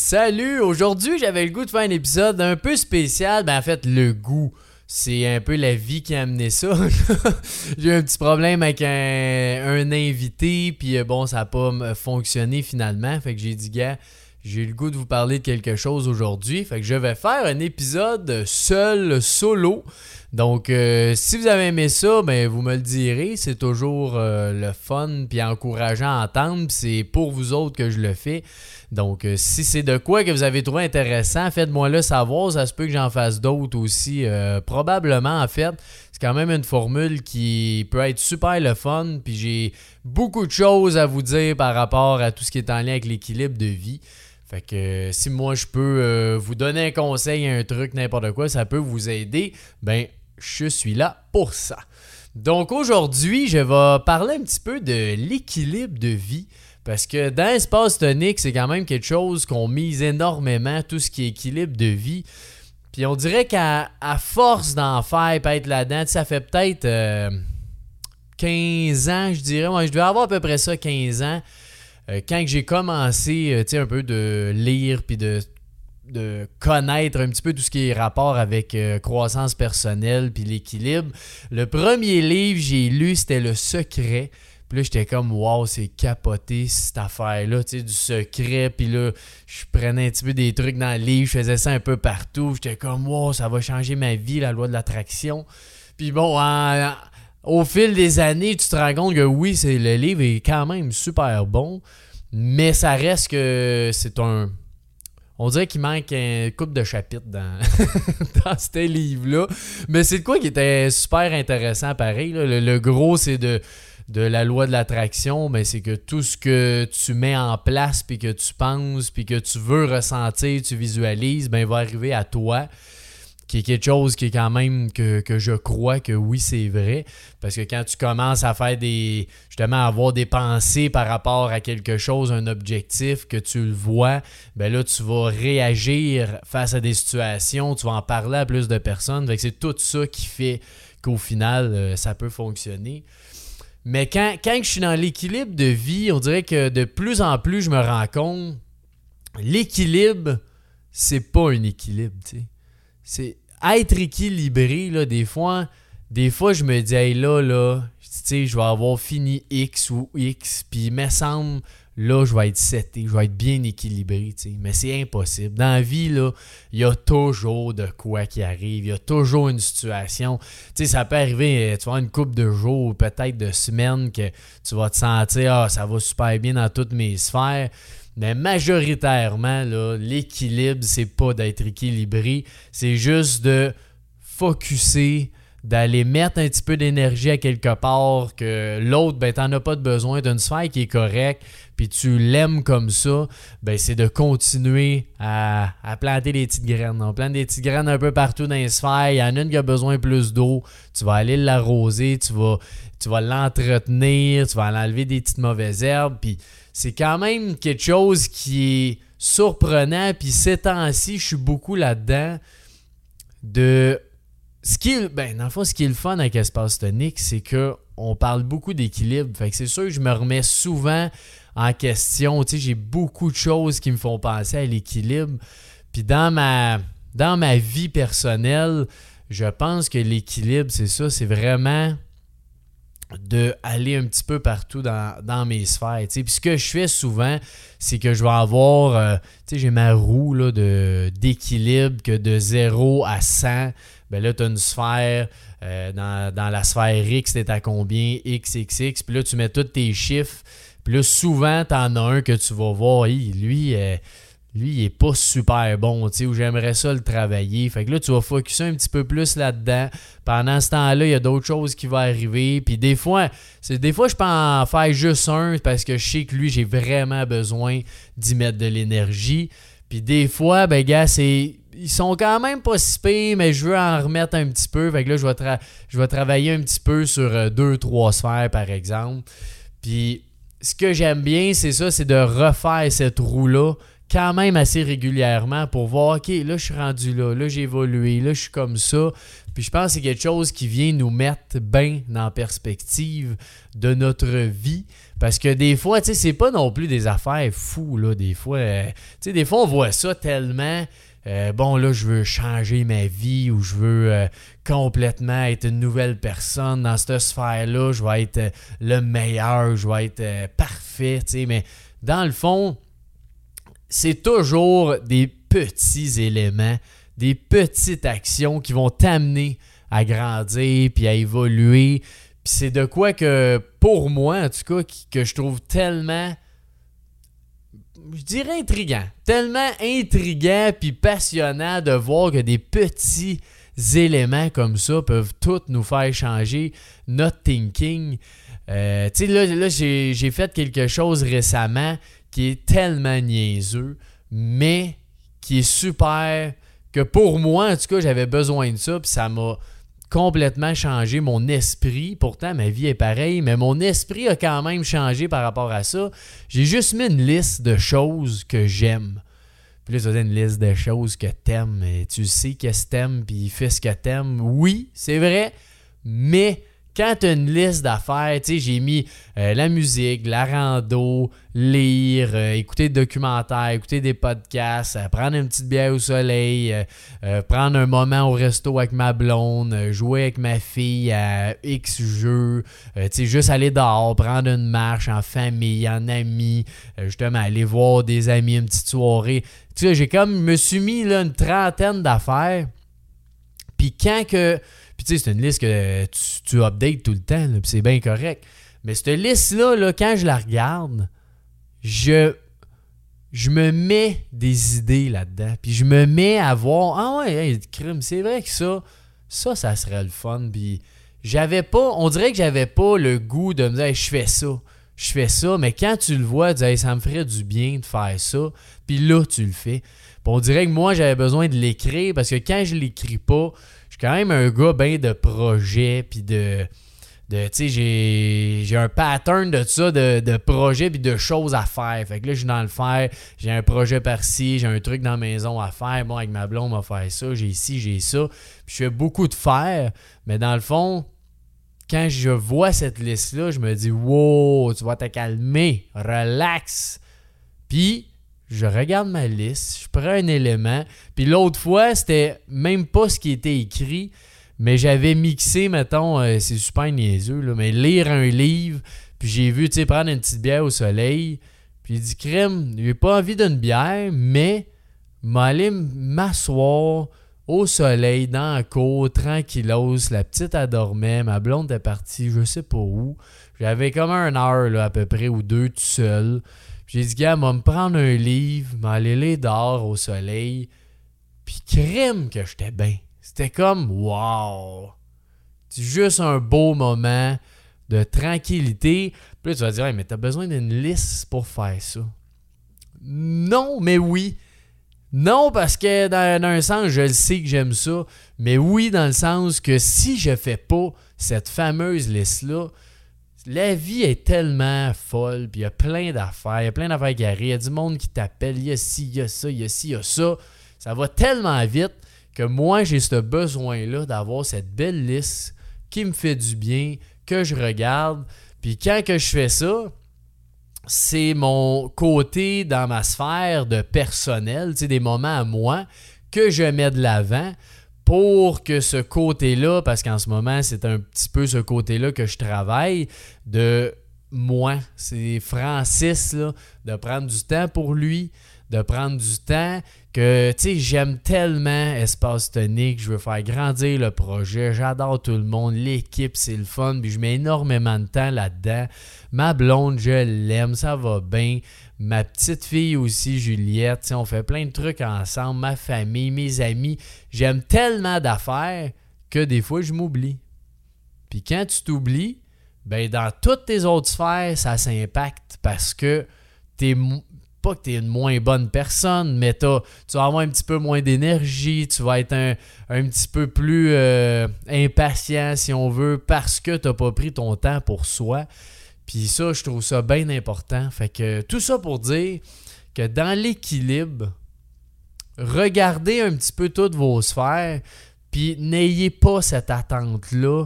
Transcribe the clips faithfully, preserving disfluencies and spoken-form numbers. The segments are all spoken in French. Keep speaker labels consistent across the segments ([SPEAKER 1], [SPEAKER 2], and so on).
[SPEAKER 1] Salut! Aujourd'hui, j'avais le goût de faire un épisode un peu spécial. Ben, en fait, le goût. C'est un peu la vie qui a amené ça. J'ai eu un petit problème avec un, un invité, puis bon, ça n'a pas fonctionné finalement. Fait que j'ai dit, gars, j'ai le goût de vous parler de quelque chose aujourd'hui. Fait que je vais faire un épisode seul, solo. Donc, euh, si vous avez aimé ça, ben vous me le direz. C'est toujours euh, le fun puis encourageant à entendre. Puis c'est pour vous autres que je le fais. Donc, euh, si c'est de quoi que vous avez trouvé intéressant, faites-moi le savoir. Ça se peut que j'en fasse d'autres aussi. Euh, probablement, en fait. C'est quand même une formule qui peut être super le fun. Puis j'ai beaucoup de choses à vous dire par rapport à tout ce qui est en lien avec l'équilibre de vie. Fait que euh, si moi je peux euh, vous donner un conseil, un truc, n'importe quoi, ça peut vous aider, ben je suis là pour ça. Donc aujourd'hui, je vais parler un petit peu de l'équilibre de vie. Parce que dans l'espace tonique, c'est quand même quelque chose qu'on mise énormément, tout ce qui est équilibre de vie. Puis on dirait qu'à à force d'en faire, peut être là-dedans, ça fait peut-être euh, quinze ans, je dirais. Moi, je devais avoir à peu près ça, quinze ans. Euh, quand j'ai commencé euh, tu sais, un peu de lire puis de, de connaître un petit peu tout ce qui est rapport avec euh, croissance personnelle puis l'équilibre, le premier livre que j'ai lu, c'était Le Secret. Puis là, j'étais comme, wow, c'est capoté cette affaire-là, tu sais, du secret. Puis là, je prenais un petit peu des trucs dans le livre, je faisais ça un peu partout. J'étais comme, wow, ça va changer ma vie, la loi de l'attraction. Puis bon, en, en, au fil des années, tu te rends compte que oui, c'est, le livre est quand même super bon, mais ça reste que c'est un... On dirait qu'il manque un couple de chapitres dans, dans ce livre-là. Mais c'est de quoi qui était super intéressant pareil. Là. Le, le gros, c'est de... de la loi de l'attraction, ben c'est que tout ce que tu mets en place, puis que tu penses, puis que tu veux ressentir, tu visualises, ben va arriver à toi, qui est quelque chose qui est quand même que, que je crois que oui, c'est vrai. Parce que quand tu commences à faire des... justement, à avoir des pensées par rapport à quelque chose, un objectif, que tu le vois, ben là, tu vas réagir face à des situations, tu vas en parler à plus de personnes. Fait que c'est tout ça qui fait qu'au final, euh, ça peut fonctionner. Mais quand, quand je suis dans l'équilibre de vie, on dirait que de plus en plus, je me rends compte, l'équilibre, c'est pas un équilibre, tu sais. C'est être équilibré, là, des fois, des fois, je me dis, hey, là, là, tu sais, je vais avoir fini X ou X, puis il me semble, là, je vais être seté, je vais être bien équilibré, tu sais. Mais c'est impossible. Dans la vie, là, il y a toujours de quoi qui arrive. Il y a toujours une situation. Tu sais, ça peut arriver, tu vas avoir une couple de jours, peut-être de semaines, que tu vas te sentir, ah, ça va super bien dans toutes mes sphères. Mais majoritairement, là, l'équilibre, c'est pas d'être équilibré. C'est juste de focusser, d'aller mettre un petit peu d'énergie à quelque part, que l'autre, ben, t'en as pas de besoin, d'une sphère qui est correcte, puis tu l'aimes comme ça, ben, c'est de continuer à, à planter des petites graines. On plante des petites graines un peu partout dans les sphères. Il y en a une qui a besoin plus d'eau. Tu vas aller l'arroser, tu vas, tu vas l'entretenir, tu vas enlever des petites mauvaises herbes, puis c'est quand même quelque chose qui est surprenant, puis ces temps-ci, je suis beaucoup là-dedans de... Ce qui est, ben, dans le fond, ce qui est le fun avec Espace Tonique, c'est qu'on parle beaucoup d'équilibre. Fait que c'est sûr que je me remets souvent en question. Tu sais, j'ai beaucoup de choses qui me font penser à l'équilibre. Puis dans ma, dans ma vie personnelle, je pense que l'équilibre, c'est ça, c'est vraiment d'aller un petit peu partout dans, dans mes sphères. Tu sais. Puis ce que je fais souvent, c'est que je vais avoir, euh, tu sais, j'ai ma roue là, de, d'équilibre que de zéro à cent, ben là, tu as une sphère, euh, dans, dans la sphère X, t'es à combien? X, X, X. Puis là, tu mets tous tes chiffres. Puis là, souvent, t'en as un que tu vas voir, hey, lui, euh, lui, il est pas super bon, tu sais, ou j'aimerais ça le travailler. Fait que là, tu vas focusser un petit peu plus là-dedans. Pendant ce temps-là, il y a d'autres choses qui vont arriver. Puis des fois, c'est des fois, je peux en faire juste un parce que je sais que lui, j'ai vraiment besoin d'y mettre de l'énergie. Puis des fois, ben gars, c'est... Ils sont quand même pas si pires, mais je veux en remettre un petit peu. Fait que là, je vais, tra- je vais travailler un petit peu sur euh, deux, trois sphères, par exemple. Puis, ce que j'aime bien, c'est ça, c'est de refaire cette roue-là quand même assez régulièrement pour voir, OK, là, je suis rendu là, là, j'ai évolué, là, je suis comme ça. Puis je pense que c'est quelque chose qui vient nous mettre bien en perspective de notre vie. Parce que des fois, tu sais, c'est pas non plus des affaires fous, là, des fois. Euh, tu sais, des fois, on voit ça tellement... Euh, bon, là, je veux changer ma vie ou je veux euh, complètement être une nouvelle personne dans cette sphère-là. Je vais être euh, le meilleur, je vais être euh, parfait, tu sais. Mais dans le fond, c'est toujours des petits éléments, des petites actions qui vont t'amener à grandir puis à évoluer. Puis c'est de quoi que, pour moi, en tout cas, que je trouve tellement... je dirais intriguant. Tellement intriguant puis passionnant de voir que des petits éléments comme ça peuvent tous nous faire changer notre thinking. Euh, tu sais, là, là j'ai, j'ai fait quelque chose récemment qui est tellement niaiseux, mais qui est super, que pour moi, en tout cas, j'avais besoin de ça, puis ça m'a complètement changé mon esprit. Pourtant, ma vie est pareille, mais mon esprit a quand même changé par rapport à ça. J'ai juste mis une liste de choses que j'aime. Puis là, tu as une liste de choses que t'aimes. Et tu sais qu'est-ce que t'aimes, puis fais ce que t'aimes. Oui, c'est vrai, mais quand tu as une liste d'affaires, tu sais, j'ai mis euh, la musique, la rando, lire, euh, écouter des documentaires, écouter des podcasts, euh, prendre une petite bière au soleil, euh, euh, prendre un moment au resto avec ma blonde, euh, jouer avec ma fille à X jeux, euh, tu sais, juste aller dehors, prendre une marche en famille, en amis, euh, justement, aller voir des amis, une petite soirée. Tu sais, j'ai comme, me suis mis là, une trentaine d'affaires. Puis quand que... Puis tu sais, c'est une liste que tu, tu updates tout le temps, là, puis c'est bien correct. Mais cette liste-là, là, quand je la regarde, je, je me mets des idées là-dedans. Puis je me mais à voir, ah ouais, hey, crime, c'est vrai que ça, ça, ça serait le fun. Puis j'avais pas, on dirait que j'avais pas le goût de me dire, hey, je fais ça, je fais ça. Mais quand tu le vois, tu dis, hey, ça me ferait du bien de faire ça. Puis là, tu le fais. Puis on dirait que moi, j'avais besoin de l'écrire parce que quand je l'écris pas, je suis quand même un gars bien de projets, puis de, de tu sais, j'ai, j'ai un pattern de ça, de, de projets, puis de choses à faire. Fait que là, je suis dans le faire, j'ai un projet par-ci, j'ai un truc dans la maison à faire, bon, avec ma blonde, on va faire ça, j'ai ci, j'ai ça. Puis je fais beaucoup de faire, mais dans le fond, quand je vois cette liste-là, je me dis, wow, tu vas te calmer, relax. Puis, je regarde ma liste, je prends un élément. Puis l'autre fois, c'était même pas ce qui était écrit, mais j'avais mixé, mettons, euh, c'est super niaiseux, là, mais lire un livre, puis j'ai vu, tu sais, prendre une petite bière au soleil, puis il dit, crème, j'ai pas envie d'une bière, mais m'aller m'asseoir au soleil, dans la cour, tranquillos, la petite elle dormait, ma blonde est partie, je sais pas où. J'avais comme un heure, là, à peu près, ou deux, tout seul. J'ai dit, gars, va me prendre un livre, m'aller les dehors au soleil, puis crème que j'étais bien. C'était comme, wow! C'est juste un beau moment de tranquillité. Puis là, tu vas dire, hey, mais t'as besoin d'une liste pour faire ça. Non, mais oui. Non, parce que dans, dans un sens, je le sais que j'aime ça, mais oui, dans le sens que si je fais pas cette fameuse liste-là, la vie est tellement folle, puis il y a plein d'affaires, il y a plein d'affaires qui arrivent, il y a du monde qui t'appelle, il y a ci, il y a ça, il y a ci, il y a ça. Ça va tellement vite que moi, j'ai ce besoin-là d'avoir cette belle liste qui me fait du bien, que je regarde. Puis quand que je fais ça, c'est mon côté dans ma sphère de personnel, tu sais, des moments à moi que je mets de l'avant. Pour que ce côté-là, parce qu'en ce moment, c'est un petit peu ce côté-là que je travaille, de moi, c'est Francis, là, de prendre du temps pour lui, de prendre du temps que, tu sais, j'aime tellement Espace Tonique, je veux faire grandir le projet, j'adore tout le monde, l'équipe, c'est le fun, puis je mets énormément de temps là-dedans. Ma blonde, je l'aime, ça va bien. Ma petite fille aussi, Juliette, on fait plein de trucs ensemble, ma famille, mes amis. J'aime tellement d'affaires que des fois, je m'oublie. Puis quand tu t'oublies, ben dans toutes tes autres sphères, ça s'impacte parce que t'es pas que tu es une moins bonne personne, mais t'as, tu vas avoir un petit peu moins d'énergie, tu vas être un, un petit peu plus euh, impatient, si on veut, parce que tu n'as pas pris ton temps pour soi. Puis ça, je trouve ça bien important. Fait que tout ça pour dire que dans l'équilibre, regardez un petit peu toutes vos sphères, puis n'ayez pas cette attente-là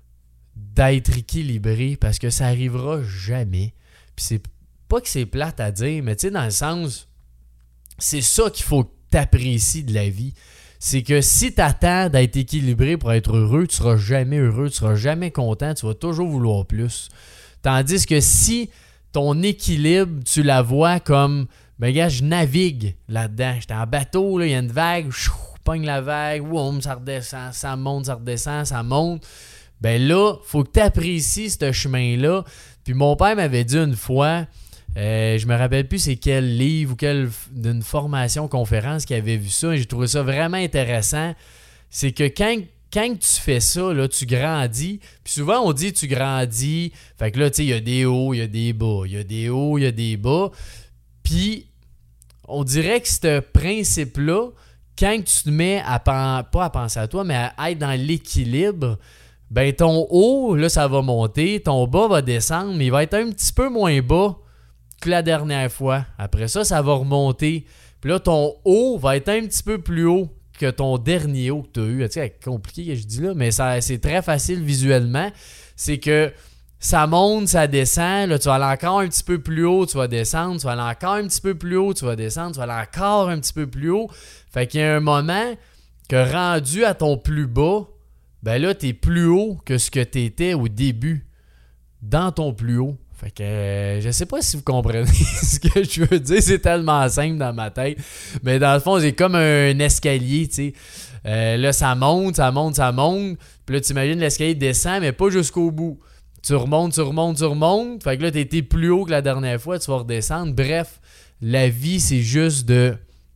[SPEAKER 1] d'être équilibré, parce que ça arrivera jamais. Puis c'est pas que c'est plate à dire, mais tu sais, dans le sens, c'est ça qu'il faut que tu apprécies de la vie. C'est que si tu attends d'être équilibré pour être heureux, tu seras jamais heureux, tu seras jamais content, tu vas toujours vouloir plus. Tandis que si ton équilibre, tu la vois comme, ben gars, je navigue là-dedans, j'étais en bateau, il y a une vague, je pogne la vague, woum, ça redescend, ça monte, ça redescend, ça monte. Ben là, faut que tu apprécies ce chemin-là. Puis mon père m'avait dit une fois, euh, je me rappelle plus c'est quel livre ou quelle d'une formation, conférence qui avait vu ça, et j'ai trouvé ça vraiment intéressant. C'est que quand, quand tu fais ça, là, tu grandis. Puis souvent, on dit tu grandis. Fait que là, tu sais, il y a des hauts, il y a des bas. Il y a des hauts, il y a des bas. Puis, on dirait que ce principe-là, quand tu te mets à pen- pas à penser à toi, mais à être dans l'équilibre, ben ton haut, là, ça va monter, ton bas va descendre, mais il va être un petit peu moins bas que la dernière fois. Après ça, ça va remonter. Puis là, ton haut va être un petit peu plus haut que ton dernier haut que tu as eu. Tu sais, c'est compliqué que je dis là, mais ça, c'est très facile visuellement. C'est que ça monte, ça descend, là, tu vas aller encore un petit peu plus haut, tu vas descendre, tu vas aller encore un petit peu plus haut, tu vas descendre, tu vas aller encore un petit peu plus haut. Fait qu'il y a un moment que rendu à ton plus bas, ben là, t'es plus haut que ce que t'étais au début, dans ton plus haut. Fait que euh, je sais pas si vous comprenez ce que je veux dire, c'est tellement simple dans ma tête. Mais dans le fond, c'est comme un escalier, tu sais. Euh, là, ça monte, ça monte, ça monte. Puis là, tu imagines l'escalier descend, mais pas jusqu'au bout. Tu remontes, tu remontes, tu remontes. Fait que là, t'étais plus haut que la dernière fois, tu vas redescendre. Bref, la vie, c'est juste de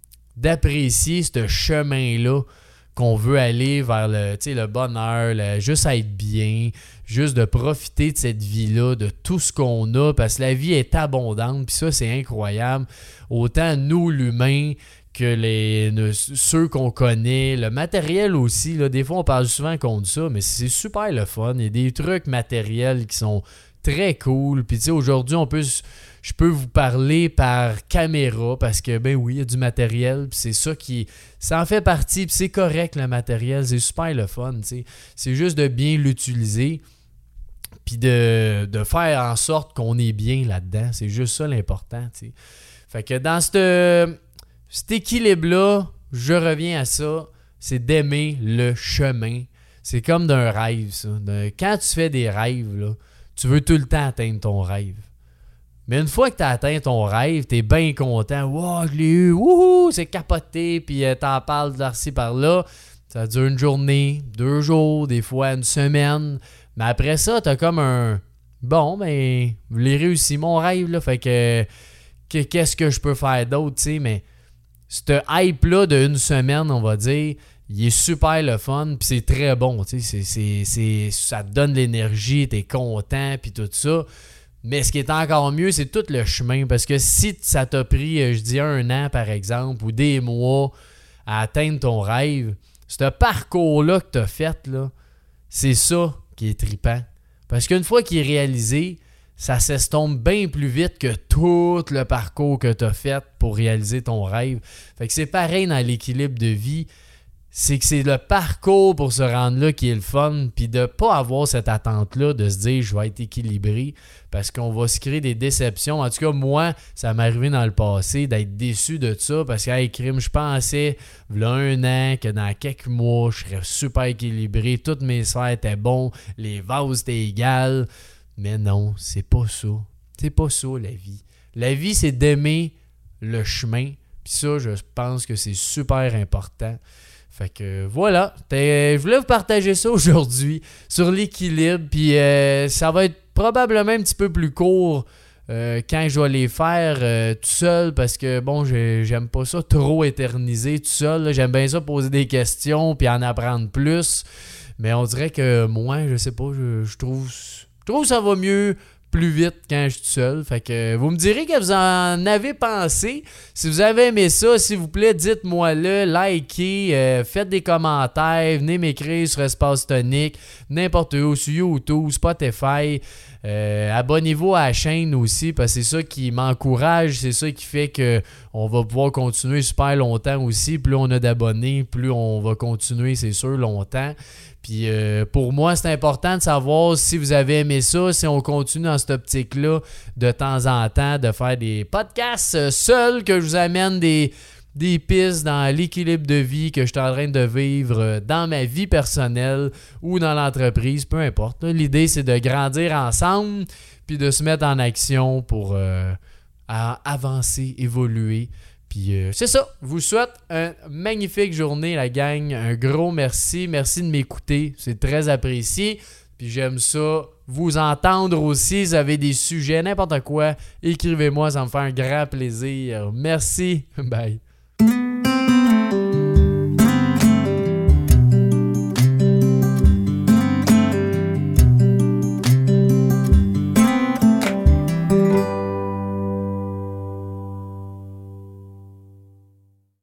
[SPEAKER 1] d'apprécier ce chemin-là qu'on veut aller vers le, tu sais, le bonheur, le, juste à être bien, juste de profiter de cette vie-là, de tout ce qu'on a, parce que la vie est abondante, puis ça, c'est incroyable. Autant nous, l'humain, que les, ne, ceux qu'on connaît, le matériel aussi, là, des fois, on parle souvent contre ça, mais c'est super le fun. Il y a des trucs matériels qui sont très cool, puis tu sais, aujourd'hui, on peut... Je peux vous parler par caméra parce que, ben oui, il y a du matériel, puis c'est ça qui... Ça en fait partie, puis c'est correct le matériel, c'est super le fun, tu sais. C'est juste de bien l'utiliser, puis de, de faire en sorte qu'on est bien là-dedans. C'est juste ça l'important, tu sais. Fait que dans cette, cet équilibre-là, je reviens à ça, c'est d'aimer le chemin. C'est comme d'un rêve, ça. Quand tu fais des rêves, là, tu veux tout le temps atteindre ton rêve. Mais une fois que tu as atteint ton rêve, tu es bien content. Wow, je l'ai eu, wouhou, c'est capoté, puis euh, t'en parles par-ci par-là. Ça dure une journée, deux jours, des fois une semaine. Mais après ça, tu as comme un bon, ben, je l'ai réussi, mon rêve, là. Fait que, que qu'est-ce que je peux faire d'autre, tu sais, mais ce hype-là d'une semaine, on va dire, il est super le fun, puis c'est très bon, tu sais, c'est, c'est, c'est, ça te donne de l'énergie, t'es content, puis tout ça. Mais ce qui est encore mieux, c'est tout le chemin. Parce que si ça t'a pris, je dis un an par exemple, ou des mois à atteindre ton rêve, ce parcours-là que tu as fait, là, c'est ça qui est trippant. Parce qu'une fois qu'il est réalisé, ça s'estompe bien plus vite que tout le parcours que tu as fait pour réaliser ton rêve. Fait que c'est pareil dans l'équilibre de vie. C'est que c'est le parcours pour se rendre là qui est le fun, puis de ne pas avoir cette attente-là de se dire « je vais être équilibré », parce qu'on va se créer des déceptions. En tout cas, moi, ça m'est arrivé dans le passé d'être déçu de ça, parce que, hey, crime, je pensais, il y a un an, que dans quelques mois, je serais super équilibré, toutes mes sphères étaient bons, les vases étaient égales, mais non, c'est pas ça. C'est pas ça, la vie. La vie, c'est d'aimer le chemin, puis ça, je pense que c'est super important. Fait que voilà, je voulais vous partager ça aujourd'hui sur l'équilibre, puis euh, ça va être probablement un petit peu plus court euh, quand je vais les faire euh, tout seul, parce que bon, j'aime pas ça trop éterniser tout seul, là. J'aime bien ça poser des questions puis en apprendre plus, mais on dirait que moi, je sais pas, je, je trouve je trouve que ça va mieux plus vite quand je suis tout seul. Fait que vous me direz que vous en avez pensé. Si vous avez aimé ça, s'il vous plaît, dites-moi-le, likez, euh, faites des commentaires, venez m'écrire sur Espace Tonique, n'importe où, sur YouTube, Spotify. Euh, abonnez-vous à la chaîne aussi, parce que c'est ça qui m'encourage, c'est ça qui fait qu'on va pouvoir continuer super longtemps aussi. Plus on a d'abonnés, plus on va continuer, c'est sûr, longtemps. Puis euh, pour moi, c'est important de savoir si vous avez aimé ça, si on continue dans cette optique-là de temps en temps de faire des podcasts seuls, que je vous amène des, des pistes dans l'équilibre de vie que je suis en train de vivre dans ma vie personnelle ou dans l'entreprise, peu importe. L'idée, c'est de grandir ensemble puis de se mettre en action pour euh, avancer, évoluer. Puis euh, c'est ça, je vous souhaite une magnifique journée, la gang. Un gros merci. Merci de m'écouter, c'est très apprécié. Puis j'aime ça, vous entendre aussi. Si vous avez des sujets, n'importe quoi, écrivez-moi, ça me fait un grand plaisir. Merci, bye.